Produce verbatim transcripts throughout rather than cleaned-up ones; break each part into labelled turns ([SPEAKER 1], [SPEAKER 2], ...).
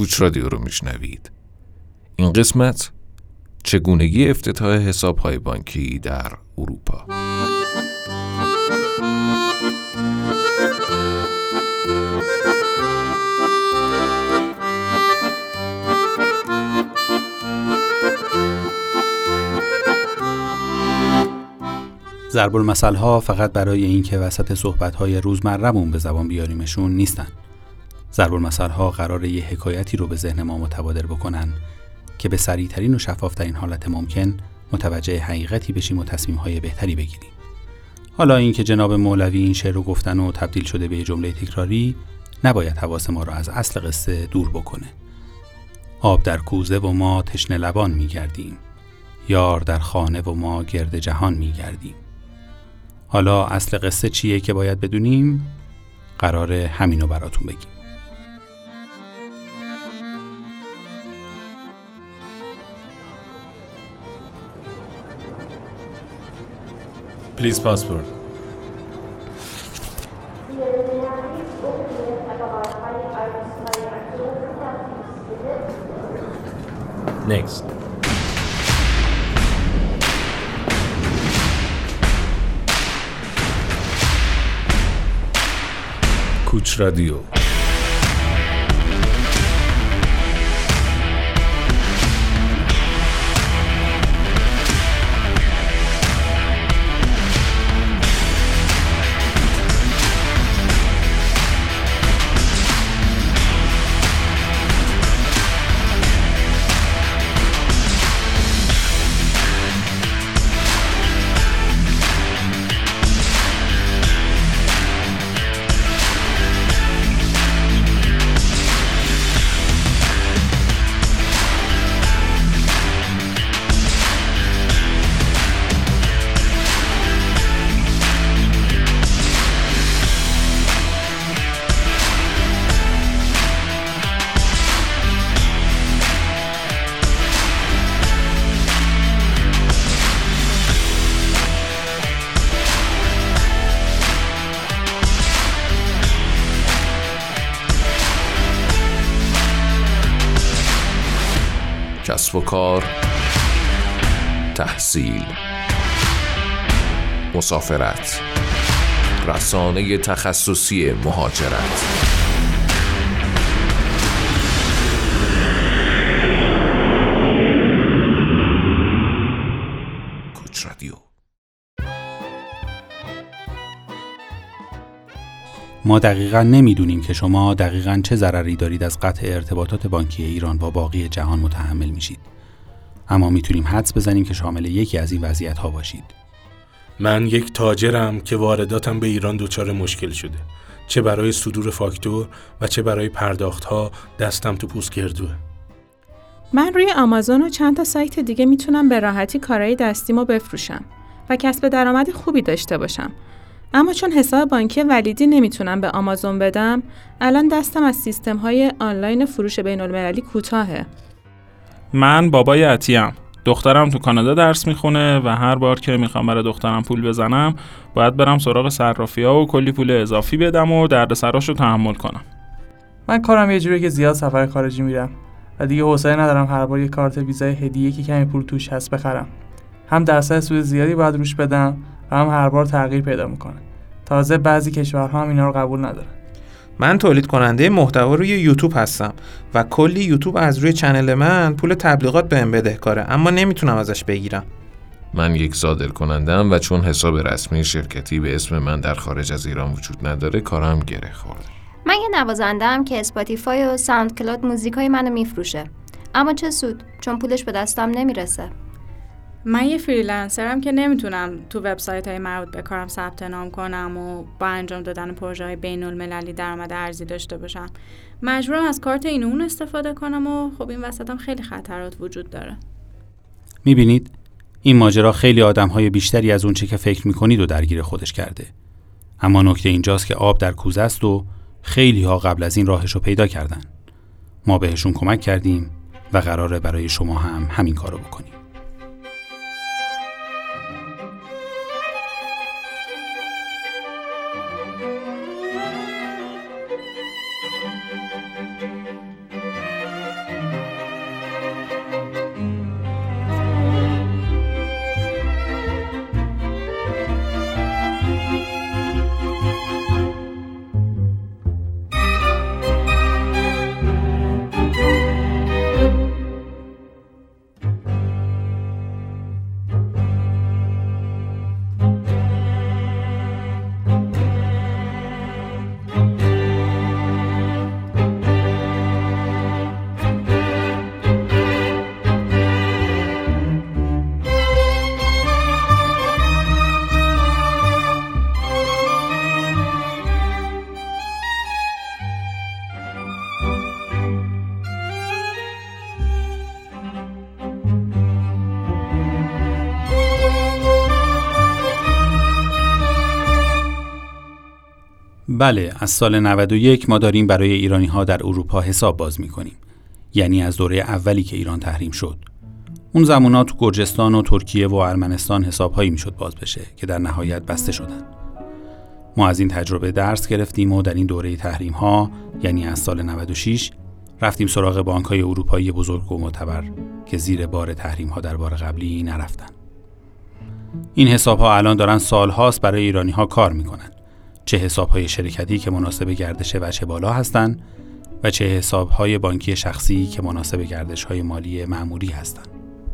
[SPEAKER 1] کوچ رادیو رو میشنوید. این قسمت چگونگی افتتاح حساب‌های بانکی در اروپا.
[SPEAKER 2] ضرب المثل ها فقط برای این که وسط صحبت های روزمره‌مون به زبان بیاریمشون نیستن. ضرب المثل ها قراره یه حکایتی رو به ذهن ما متبادر بکنن که به سریع‌ترین و شفاف‌ترین حالت ممکن متوجه حقیقتی بشیم و تصمیم‌های بهتری بگیریم. حالا این که جناب مولوی این شعر رو گفتن و تبدیل شده به جمله تکراری نباید حواس ما رو از اصل قصه دور بکنه. آب در کوزه و ما تشنه لبان می‌گردیم، یار در خانه و ما گرد جهان می‌گردیم. حالا اصل قصه چیه که باید بدونیم؟ قراره همینو براتون بگیم.
[SPEAKER 3] Please passport. Next.
[SPEAKER 1] کوچ رادیو. کسب و کار، تحصیل، مسافرت، رسانه تخصصی مهاجرت. کوچ رادیو.
[SPEAKER 2] ما دقیقاً نمیدونیم که شما دقیقاً چه ضرری دارید از قطع ارتباطات بانکی ایران با باقی جهان متحمل میشید. اما میتونیم حدس بزنیم که شامل یکی از این وضعیت‌ها باشید.
[SPEAKER 3] من یک تاجرم که وارداتم به ایران دچار مشکل شده. چه برای صدور فاکتور و چه برای پرداخت‌ها دستم تو پوست گردوه.
[SPEAKER 4] من روی آمازون و چند تا سایت دیگه میتونم به راحتی کارهای دستیمو بفروشم و کسب درآمد خوبی داشته باشم. اما چون حساب بانکی ولیدی نمیتونم به آمازون بدم، الان دستم از سیستم‌های آنلاین فروش بین‌المللی کوتاهه.
[SPEAKER 5] من بابای عطیه‌ام. دخترم تو کانادا درس میخونه و هر بار که میخوام برای دخترم پول بزنم باید برم سراغ صرافی‌ها و کلی پول اضافی بدم و دردسراشو تحمل کنم.
[SPEAKER 6] من کارم یه جوریه که زیاد سفر خارجی میرم و دیگه حوصله ندارم هر بار یه کارت ویزای هدیه که کمی پول توش هست بخرم. هم درصد سود زیادی باید روش بدم و هم هر بار تغییر پیدا میکنه. تازه بعضی کشورها هم اینا رو قبول ندارن.
[SPEAKER 7] من تولید کننده محتوا روی یوتیوب هستم و کلی یوتیوب از روی چنل من پول تبلیغات بهم بدهکاره، اما نمیتونم ازش بگیرم.
[SPEAKER 1] من یک صادر کننده‌ام و چون حساب رسمی شرکتی به اسم من در خارج از ایران وجود نداره کارم گره خورده.
[SPEAKER 8] من یه نوازنده‌ام که اسپاتیفای و ساوند کلاد موزیکای منو میفروشه. اما چه سود؟ چون پولش به دستم نمیرسه.
[SPEAKER 4] من یه فریلنسرم که نمیتونم تو وبسایت‌های مربوط به کارم ثبت نام کنم و با انجام دادن پروژه‌های بین‌المللی درآمد ارزی داشته باشم. مجبورم از کارت این و اون استفاده کنم و خب این وسط هم خیلی خطرات وجود داره.
[SPEAKER 2] میبینید؟ این ماجرا خیلی آدم‌های بیشتری از اون چه که فکر می‌کنید و درگیر خودش کرده. اما نکته اینجاست که آب در کوزه است و خیلی‌ها قبل از این راهش رو پیدا کردن. ما بهشون کمک کردیم و قراره برای شما هم همین کارو بکنیم. بله، از سال نود و یک ما داریم برای ایرانی‌ها در اروپا حساب باز می‌کنیم. یعنی از دوره اولی که ایران تحریم شد. اون زمانا تو گرجستان و ترکیه و ارمنستان حساب‌هایی میشد باز بشه که در نهایت بسته شدن. ما از این تجربه درس گرفتیم و در این دوره تحریم‌ها، یعنی از سال نود و شش، رفتیم سراغ بانک‌های اروپایی بزرگ و معتبر که زیر بار تحریم‌ها در بار قبلی نرفتن. این حساب‌ها الان دارن سال‌هاست برای ایرانی‌ها کار می‌کنن. چه حساب‌های شرکتی که مناسب گردش وجه بالا هستن و چه حساب‌های بانکی شخصی که مناسب گردش‌های مالی معمولی هستن.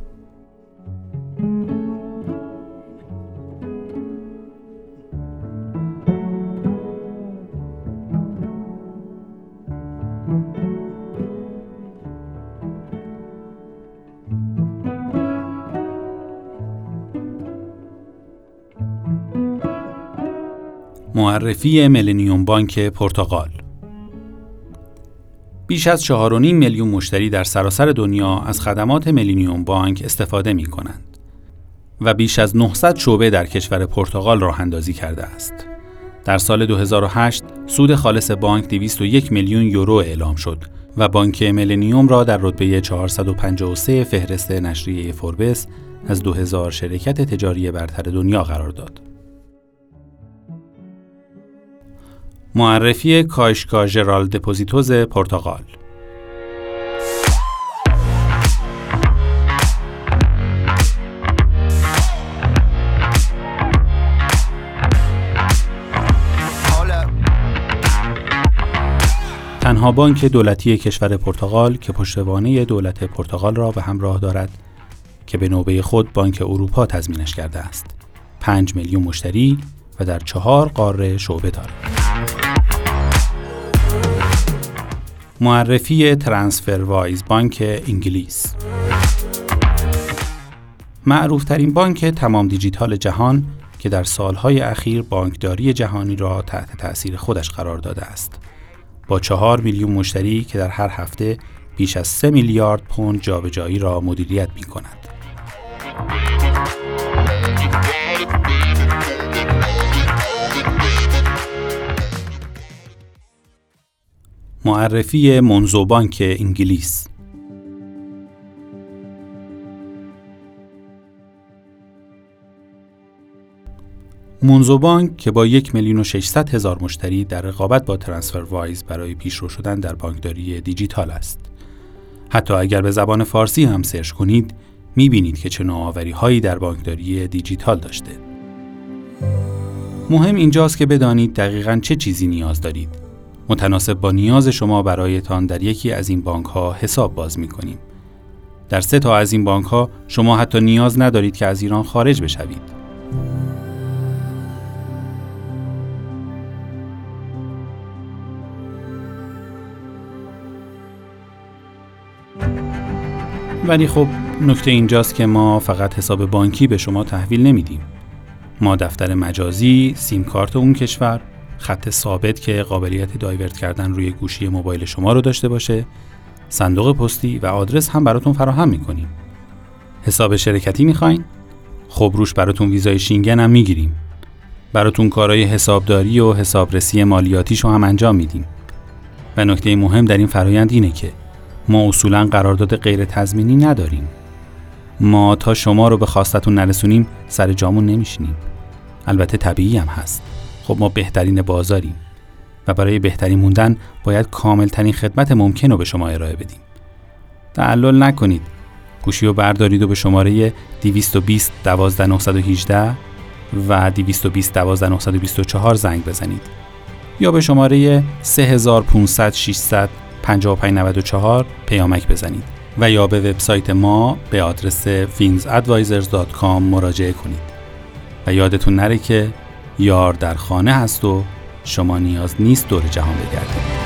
[SPEAKER 2] معرفی ملنیوم بانک پرتغال. بیش از چهار و نیم میلیون مشتری در سراسر دنیا از خدمات ملنیوم بانک استفاده می کنند و بیش از نهصد شعبه در کشور پرتغال راه اندازی کرده است. در سال دو هزار و هشت سود خالص بانک دویست و یک میلیون یورو اعلام شد و بانک ملنیوم را در رتبه چهارصد و پنجاه و سه فهرست نشریه فوربس از دو هزار شرکت تجاری برتر دنیا قرار داد. معرفی کایشکا ژرال دپوزیتوز پرتغال. تنها بانک دولتی کشور پرتغال که پشتوانه دولت پرتغال را به همراه دارد که به نوبه خود بانک اروپا تضمینش کرده است. پنج میلیون مشتری و در چهار قاره شعبه دارد. معرفی ترانسفر وایز بانک انگلیس. معروفترین بانک تمام دیجیتال جهان که در سالهای اخیر بانکداری جهانی را تحت تأثیر خودش قرار داده است. با چهار میلیون مشتری که در هر هفته بیش از سه میلیارد پوند جابجایی را مدیریت می کند. معرفی مونزو بانک انگلیس. مونزو بانک که با یک میلیون و ششصد هزار مشتری در رقابت با ترانسفر وایز برای پیشرو شدن در بانکداری دیجیتال است. حتی اگر به زبان فارسی هم سرچ کنید می‌بینید که چه نوآوری‌هایی در بانکداری دیجیتال داشته. مهم اینجاست که بدانید دقیقاً چه چیزی نیاز دارید. متناسب با نیاز شما برایتان در یکی از این بانک‌ها حساب باز می‌کنیم. در سه تا از این بانک‌ها شما حتی نیاز ندارید که از ایران خارج بشوید. ولی خب نکته اینجاست که ما فقط حساب بانکی به شما تحویل نمیدیم. ما دفتر مجازی، سیم کارت اون کشور، خط ثابت که قابلیت دایورت کردن روی گوشی موبایل شما رو داشته باشه، صندوق پستی و آدرس هم براتون فراهم میکنیم. حساب شرکتی میخواین؟ خب روش براتون ویزای شینگن هم میگیریم. براتون کارهای حسابداری و حسابرسی مالیاتیشو هم انجام میدیم. و نکته مهم در این فرایند اینه که ما اصولاً قرارداد غیر تضمینی نداریم. ما تا شما رو به خواستتون نرسونیم سر جامون نمیشینیم. البته طبیعی هم هست. خب ما بهترین بازاریم و برای بهتری موندن باید کاملترین خدمت ممکن رو به شما ارائه بدیم. تعلل نکنید. گوشی رو بردارید و به شماره دویست و بیست دوازده نهصد و هجده و دویست و بیست دوازده نهصد و بیست و چهار زنگ بزنید یا به شماره سه پانصد ششصد پنجاه و پنج نود و چهار پیامک بزنید و یا به وبسایت ما به آدرس فینز ادوایزرز دات کام مراجعه کنید. و یادتون نره که یار در خانه هست و شما نیاز نیست دور جهان بگردید.